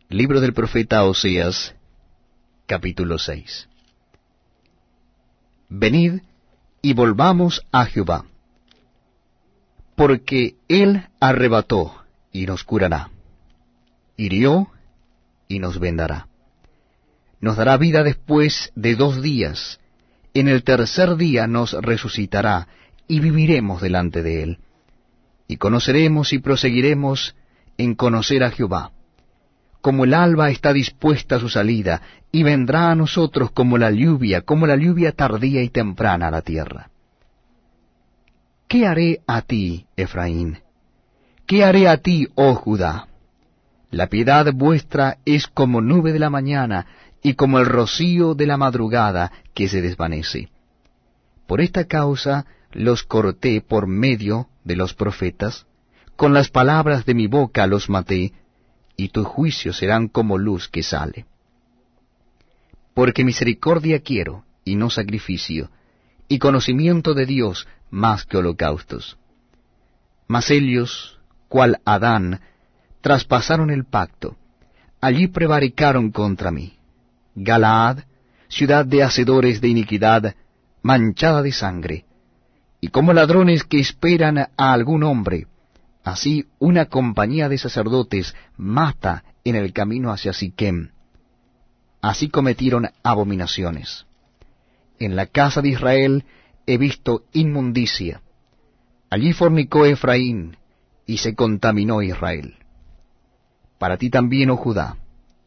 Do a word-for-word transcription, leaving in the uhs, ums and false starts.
Libro del profeta Oseas, capítulo seis. Venid y volvamos a Jehová, porque él arrebató y nos curará, hirió y nos vendará. Nos dará vida después de dos días, en el tercer día nos resucitará, y viviremos delante de él. Y conoceremos y proseguiremos en conocer a Jehová, como el alba está dispuesta a su salida, y vendrá a nosotros como la lluvia, como la lluvia tardía y temprana a la tierra. ¿Qué haré a ti, Efraín? ¿Qué haré a ti, oh Judá? La piedad vuestra es como nube de la mañana, y como el rocío de la madrugada que se desvanece. Por esta causa los corté por medio de los profetas, con las palabras de mi boca los maté, y tus juicios serán como luz que sale. Porque misericordia quiero, y no sacrificio, y conocimiento de Dios más que holocaustos. Mas ellos, cual Adán, traspasaron el pacto, allí prevaricaron contra mí. Galaad, ciudad de hacedores de iniquidad, manchada de sangre, y como ladrones que esperan a algún hombre, así una compañía de sacerdotes mata en el camino hacia Siquem. Así cometieron abominaciones. En la casa de Israel he visto inmundicia. Allí fornicó Efraín, y se contaminó Israel. Para ti también, oh Judá,